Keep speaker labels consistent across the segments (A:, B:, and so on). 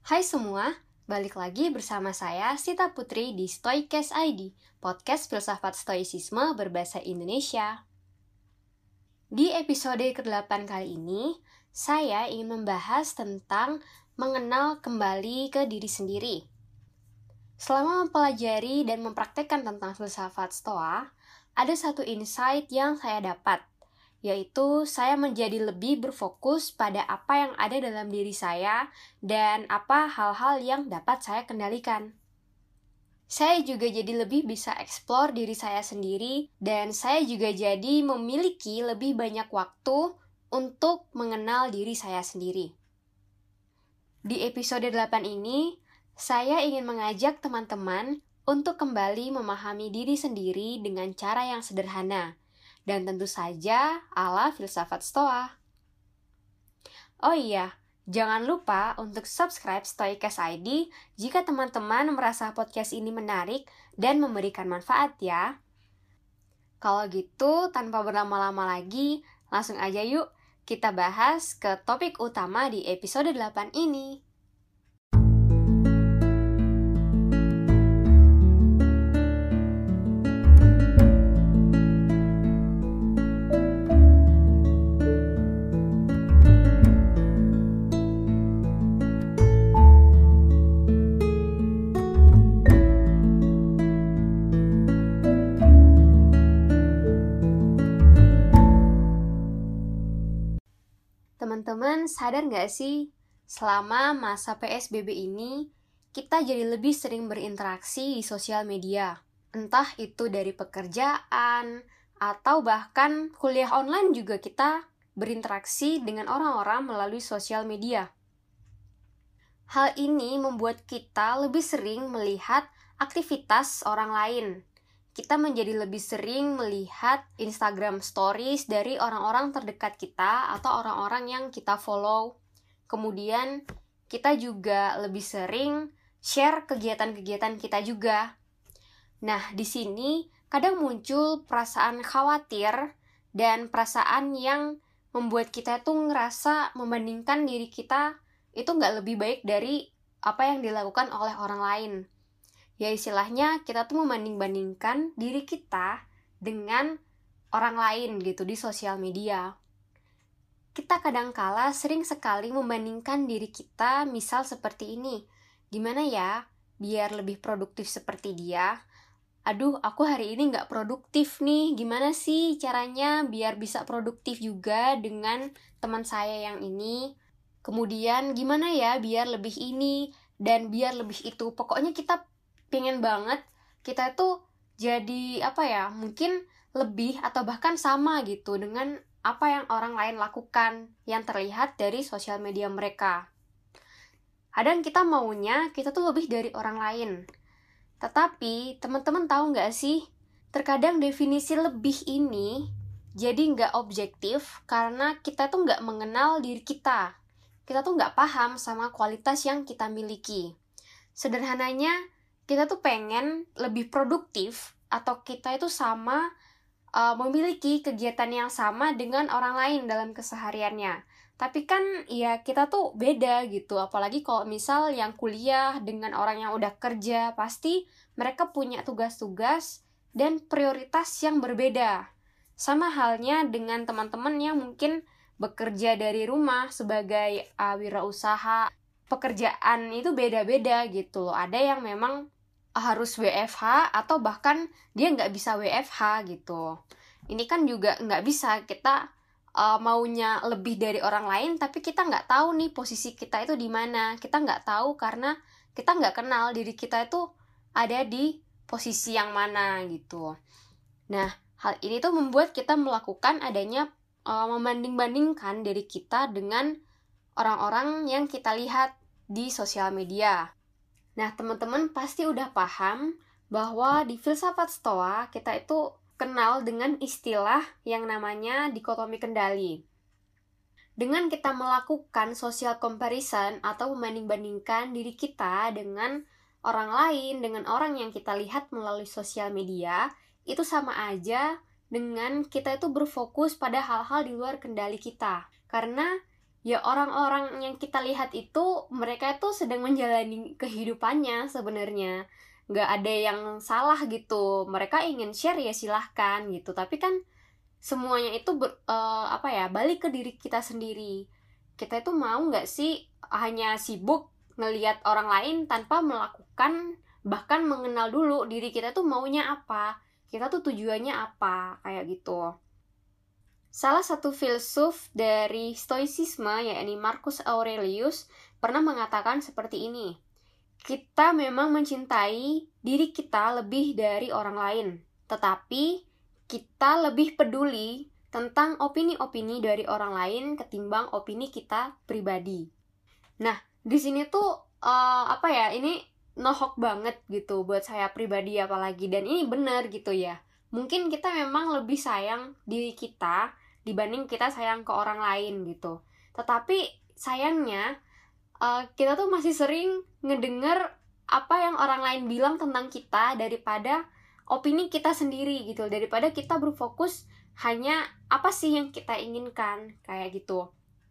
A: Hai semua, balik lagi bersama saya Sita Putri di Stoikes ID, podcast filsafat stoicisme berbahasa Indonesia. Di episode ke-8 kali ini, saya ingin membahas tentang mengenal kembali ke diri sendiri. Selama mempelajari dan mempraktekkan tentang filsafat Stoa, ada satu insight yang saya dapat, yaitu saya menjadi lebih berfokus pada apa yang ada dalam diri saya dan apa hal-hal yang dapat saya kendalikan. Saya juga jadi lebih bisa eksplor diri saya sendiri dan saya juga jadi memiliki lebih banyak waktu untuk mengenal diri saya sendiri. Di episode 8 ini, saya ingin mengajak teman-teman untuk kembali memahami diri sendiri dengan cara yang sederhana, dan tentu saja ala filsafat Stoa. Oh iya, jangan lupa untuk subscribe Stoikes ID jika teman-teman merasa podcast ini menarik dan memberikan manfaat ya. Kalau gitu, tanpa berlama-lama lagi, langsung aja yuk kita bahas ke topik utama di episode 8 ini. Teman-teman sadar nggak sih, selama masa PSBB ini, kita jadi lebih sering berinteraksi di sosial media. Entah itu dari pekerjaan, atau bahkan kuliah online juga kita berinteraksi dengan orang-orang melalui sosial media. Hal ini membuat kita lebih sering melihat aktivitas orang lain. Kita menjadi lebih sering melihat Instagram stories dari orang-orang terdekat kita atau orang-orang yang kita follow. Kemudian kita juga lebih sering share kegiatan-kegiatan kita juga. Nah, di sini kadang muncul perasaan khawatir dan perasaan yang membuat kita tuh ngerasa membandingkan diri kita itu nggak lebih baik dari apa yang dilakukan oleh orang lain. Ya istilahnya kita tuh membanding-bandingkan diri kita dengan orang lain gitu di sosial media. Kita kadangkala sering sekali membandingkan diri kita, misal seperti ini. Gimana ya biar lebih produktif seperti dia? Aduh, aku hari ini nggak produktif nih. Gimana sih caranya biar bisa produktif juga dengan teman saya yang ini? Kemudian gimana ya biar lebih ini dan biar lebih itu? Pokoknya kita pengen banget kita tuh jadi mungkin lebih atau bahkan sama gitu dengan apa yang orang lain lakukan yang terlihat dari sosial media mereka. Kadang kita maunya kita tuh lebih dari orang lain. Tetapi teman-teman tahu nggak sih, terkadang definisi lebih ini jadi nggak objektif karena kita tuh nggak mengenal diri kita. Kita tuh nggak paham sama kualitas yang kita miliki. Sederhananya, kita tuh pengen lebih produktif atau kita itu sama memiliki kegiatan yang sama dengan orang lain dalam kesehariannya. Tapi kan ya kita tuh beda gitu, apalagi kalau misal yang kuliah dengan orang yang udah kerja, pasti mereka punya tugas-tugas dan prioritas yang berbeda. Sama halnya dengan teman-teman yang mungkin bekerja dari rumah sebagai wirausaha. Pekerjaan itu beda-beda gitu loh. Ada yang memang harus WFH atau bahkan dia nggak bisa WFH gitu. Ini kan juga nggak bisa kita maunya lebih dari orang lain, tapi kita nggak tahu nih posisi kita itu di mana. Kita nggak tahu karena kita nggak kenal diri kita itu ada di posisi yang mana gitu. Nah, hal ini tuh membuat kita melakukan adanya membanding-bandingkan diri kita dengan orang-orang yang kita lihat di sosial media. Nah, teman-teman pasti udah paham bahwa di filsafat Stoa kita itu kenal dengan istilah yang namanya dikotomi kendali. Dengan kita melakukan social comparison atau membanding-bandingkan diri kita dengan orang lain, dengan orang yang kita lihat melalui sosial media, itu sama aja dengan kita itu berfokus pada hal-hal di luar kendali kita. Karena ya orang-orang yang kita lihat itu mereka itu sedang menjalani kehidupannya sebenarnya, nggak ada yang salah gitu. Mereka ingin share ya silahkan gitu, tapi kan semuanya itu balik ke diri kita sendiri. Kita itu mau nggak sih hanya sibuk ngelihat orang lain tanpa melakukan, bahkan mengenal dulu diri kita tuh maunya apa, kita tuh tujuannya apa, kayak gitu. Salah satu filsuf dari Stoicisme, yakni Marcus Aurelius, pernah mengatakan seperti ini. Kita memang mencintai diri kita lebih dari orang lain, tetapi kita lebih peduli tentang opini-opini dari orang lain ketimbang opini kita pribadi. Nah, di sini tuh ini nohok banget gitu buat saya pribadi apalagi, dan ini benar gitu ya. Mungkin kita memang lebih sayang diri kita dibanding kita sayang ke orang lain gitu. Tetapi sayangnya kita tuh masih sering ngedenger apa yang orang lain bilang tentang kita daripada opini kita sendiri gitu, daripada kita berfokus hanya apa sih yang kita inginkan, kayak gitu.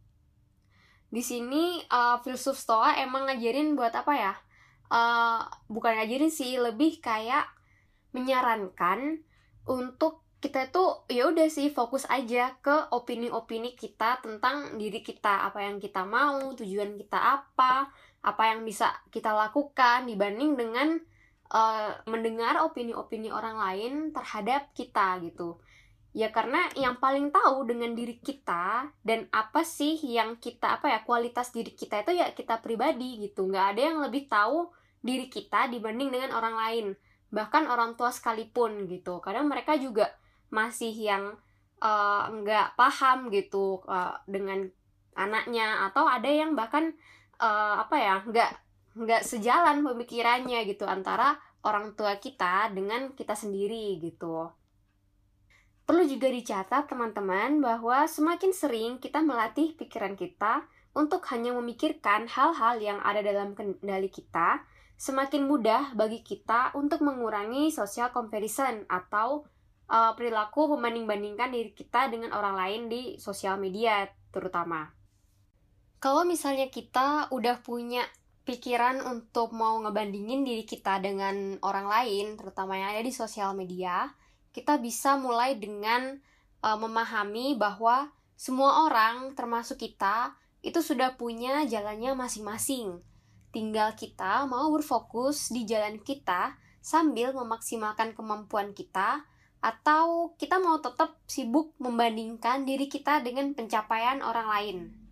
A: Di sini filsuf Stoa emang ngajarin buat apa ya? Bukan ngajarin sih, lebih kayak menyarankan untuk kita tuh ya udah sih fokus aja ke opini-opini kita tentang diri kita, apa yang kita mau, tujuan kita apa yang bisa kita lakukan, dibanding dengan mendengar opini-opini orang lain terhadap kita gitu. Ya karena yang paling tahu dengan diri kita dan apa sih yang kita kualitas diri kita itu ya kita pribadi gitu. Nggak ada yang lebih tahu diri kita dibanding dengan orang lain, bahkan orang tua sekalipun gitu. Kadang mereka juga masih yang nggak paham gitu dengan anaknya, atau ada yang bahkan nggak sejalan pemikirannya gitu antara orang tua kita dengan kita sendiri gitu. Perlu juga dicatat teman-teman bahwa semakin sering kita melatih pikiran kita untuk hanya memikirkan hal-hal yang ada dalam kendali kita, semakin mudah bagi kita untuk mengurangi social comparison atau perilaku membanding-bandingkan diri kita dengan orang lain di sosial media terutama. Kalau misalnya kita udah punya pikiran untuk mau ngebandingin diri kita dengan orang lain, terutama yang ada di sosial media, kita bisa mulai dengan memahami bahwa semua orang, termasuk kita, itu sudah punya jalannya masing-masing. Tinggal kita mau berfokus di jalan kita sambil memaksimalkan kemampuan kita, atau kita mau tetap sibuk membandingkan diri kita dengan pencapaian orang lain.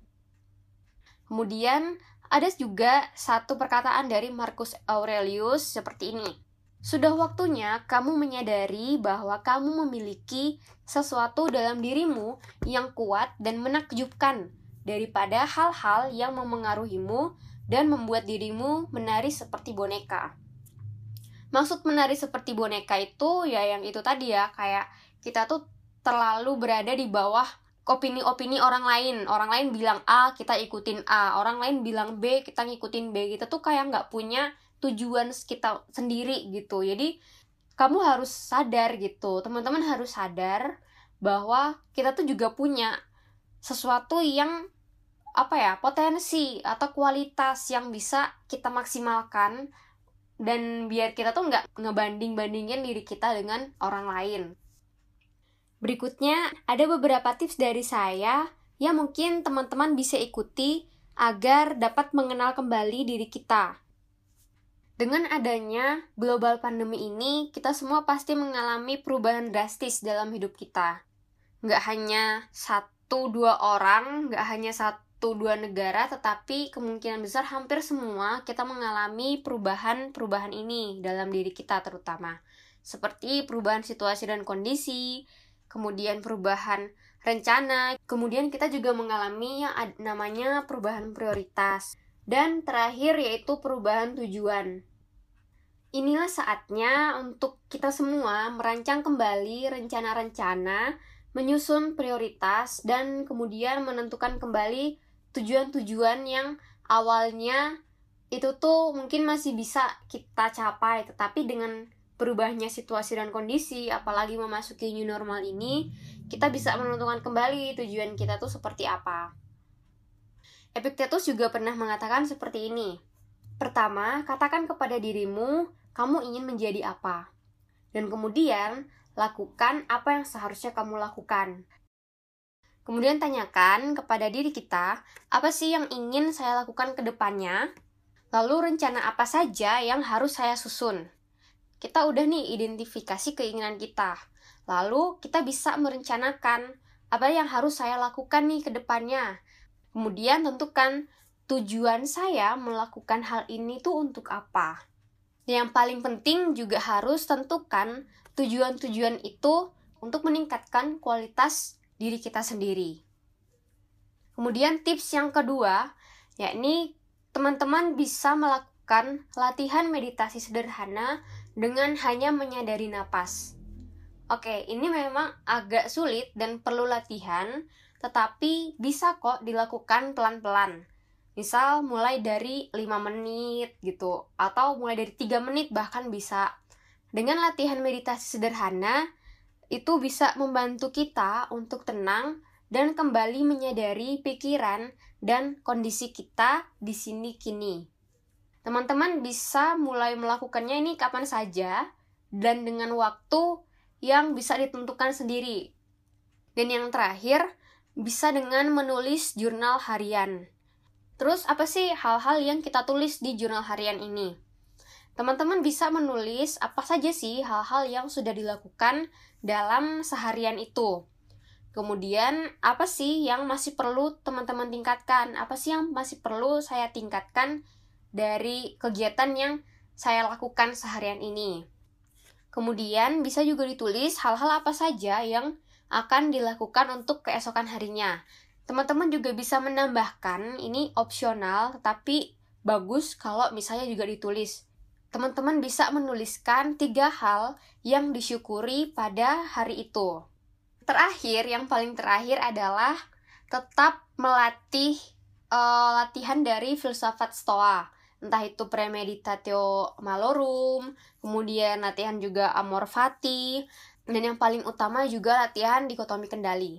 A: Kemudian ada juga satu perkataan dari Marcus Aurelius seperti ini. Sudah waktunya kamu menyadari bahwa kamu memiliki sesuatu dalam dirimu yang kuat dan menakjubkan daripada hal-hal yang memengaruhimu dan membuat dirimu menari seperti boneka. Maksud menari seperti boneka itu ya yang itu tadi ya, kayak kita tuh terlalu berada di bawah opini-opini orang lain. Orang lain bilang A, kita ikutin A. Orang lain bilang B, kita ngikutin B. Kita tuh kayak nggak punya tujuan kita sendiri gitu. Jadi kamu harus sadar gitu, teman-teman harus sadar bahwa kita tuh juga punya sesuatu yang potensi atau kualitas yang bisa kita maksimalkan, dan biar kita tuh nggak ngebanding-bandingin diri kita dengan orang lain. Berikutnya ada beberapa tips dari saya yang mungkin teman-teman bisa ikuti agar dapat mengenal kembali diri kita. Dengan adanya global pandemi ini, kita semua pasti mengalami perubahan drastis dalam hidup kita. Nggak hanya 1-2 orang, nggak hanya 1-2 negara, tetapi kemungkinan besar hampir semua kita mengalami perubahan ini dalam diri kita terutama. Seperti perubahan situasi dan kondisi, kemudian perubahan rencana, kemudian kita juga mengalami yang namanya perubahan prioritas, dan terakhir yaitu perubahan tujuan. Inilah saatnya untuk kita semua merancang kembali rencana-rencana, menyusun prioritas, dan kemudian menentukan kembali tujuan-tujuan yang awalnya itu tuh mungkin masih bisa kita capai, tetapi dengan berubahnya situasi dan kondisi, apalagi memasuki new normal ini, kita bisa menentukan kembali tujuan kita tuh seperti apa. Epictetus juga pernah mengatakan seperti ini. Pertama, katakan kepada dirimu, kamu ingin menjadi apa. Dan kemudian, lakukan apa yang seharusnya kamu lakukan. Kemudian tanyakan kepada diri kita, apa sih yang ingin saya lakukan ke depannya? Lalu rencana apa saja yang harus saya susun? Kita udah nih identifikasi keinginan kita. Lalu kita bisa merencanakan apa yang harus saya lakukan nih ke depannya. Kemudian tentukan tujuan saya melakukan hal ini tuh untuk apa. Yang paling penting juga harus tentukan tujuan-tujuan itu untuk meningkatkan kualitas diri kita sendiri. Kemudian tips yang kedua, yakni teman-teman bisa melakukan latihan meditasi sederhana dengan hanya menyadari napas. Oke, ini memang agak sulit dan perlu latihan, tetapi bisa kok dilakukan pelan-pelan. Misal mulai dari 5 menit gitu, atau mulai dari 3 menit bahkan bisa. Dengan latihan meditasi sederhana, itu bisa membantu kita untuk tenang dan kembali menyadari pikiran dan kondisi kita di sini kini. Teman-teman bisa mulai melakukannya ini kapan saja dan dengan waktu yang bisa ditentukan sendiri. Dan yang terakhir, bisa dengan menulis jurnal harian. Terus apa sih hal-hal yang kita tulis di jurnal harian ini? Teman-teman bisa menulis apa saja sih hal-hal yang sudah dilakukan dalam seharian itu. Kemudian, apa sih yang masih perlu teman-teman tingkatkan? Apa sih yang masih perlu saya tingkatkan dari kegiatan yang saya lakukan seharian ini? Kemudian, bisa juga ditulis hal-hal apa saja yang akan dilakukan untuk keesokan harinya. Teman-teman juga bisa menambahkan, ini opsional, tetapi bagus kalau misalnya juga ditulis. Teman-teman bisa menuliskan 3 hal yang disyukuri pada hari itu. Terakhir, yang paling terakhir adalah tetap melatih latihan dari filsafat Stoa. Entah itu premeditatio malorum, kemudian latihan juga amor fati, dan yang paling utama juga latihan dikotomi kendali.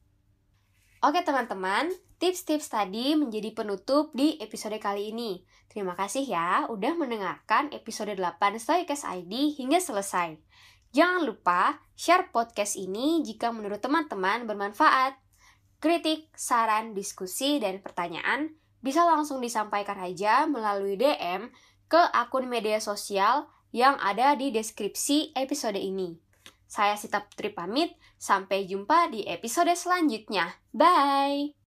A: Oke teman-teman, tips-tips tadi menjadi penutup di episode kali ini. Terima kasih ya udah mendengarkan episode 8 Stoikes ID hingga selesai. Jangan lupa share podcast ini jika menurut teman-teman bermanfaat. Kritik, saran, diskusi, dan pertanyaan bisa langsung disampaikan aja melalui DM ke akun media sosial yang ada di deskripsi episode ini. Saya Sita Putri pamit, sampai jumpa di episode selanjutnya. Bye!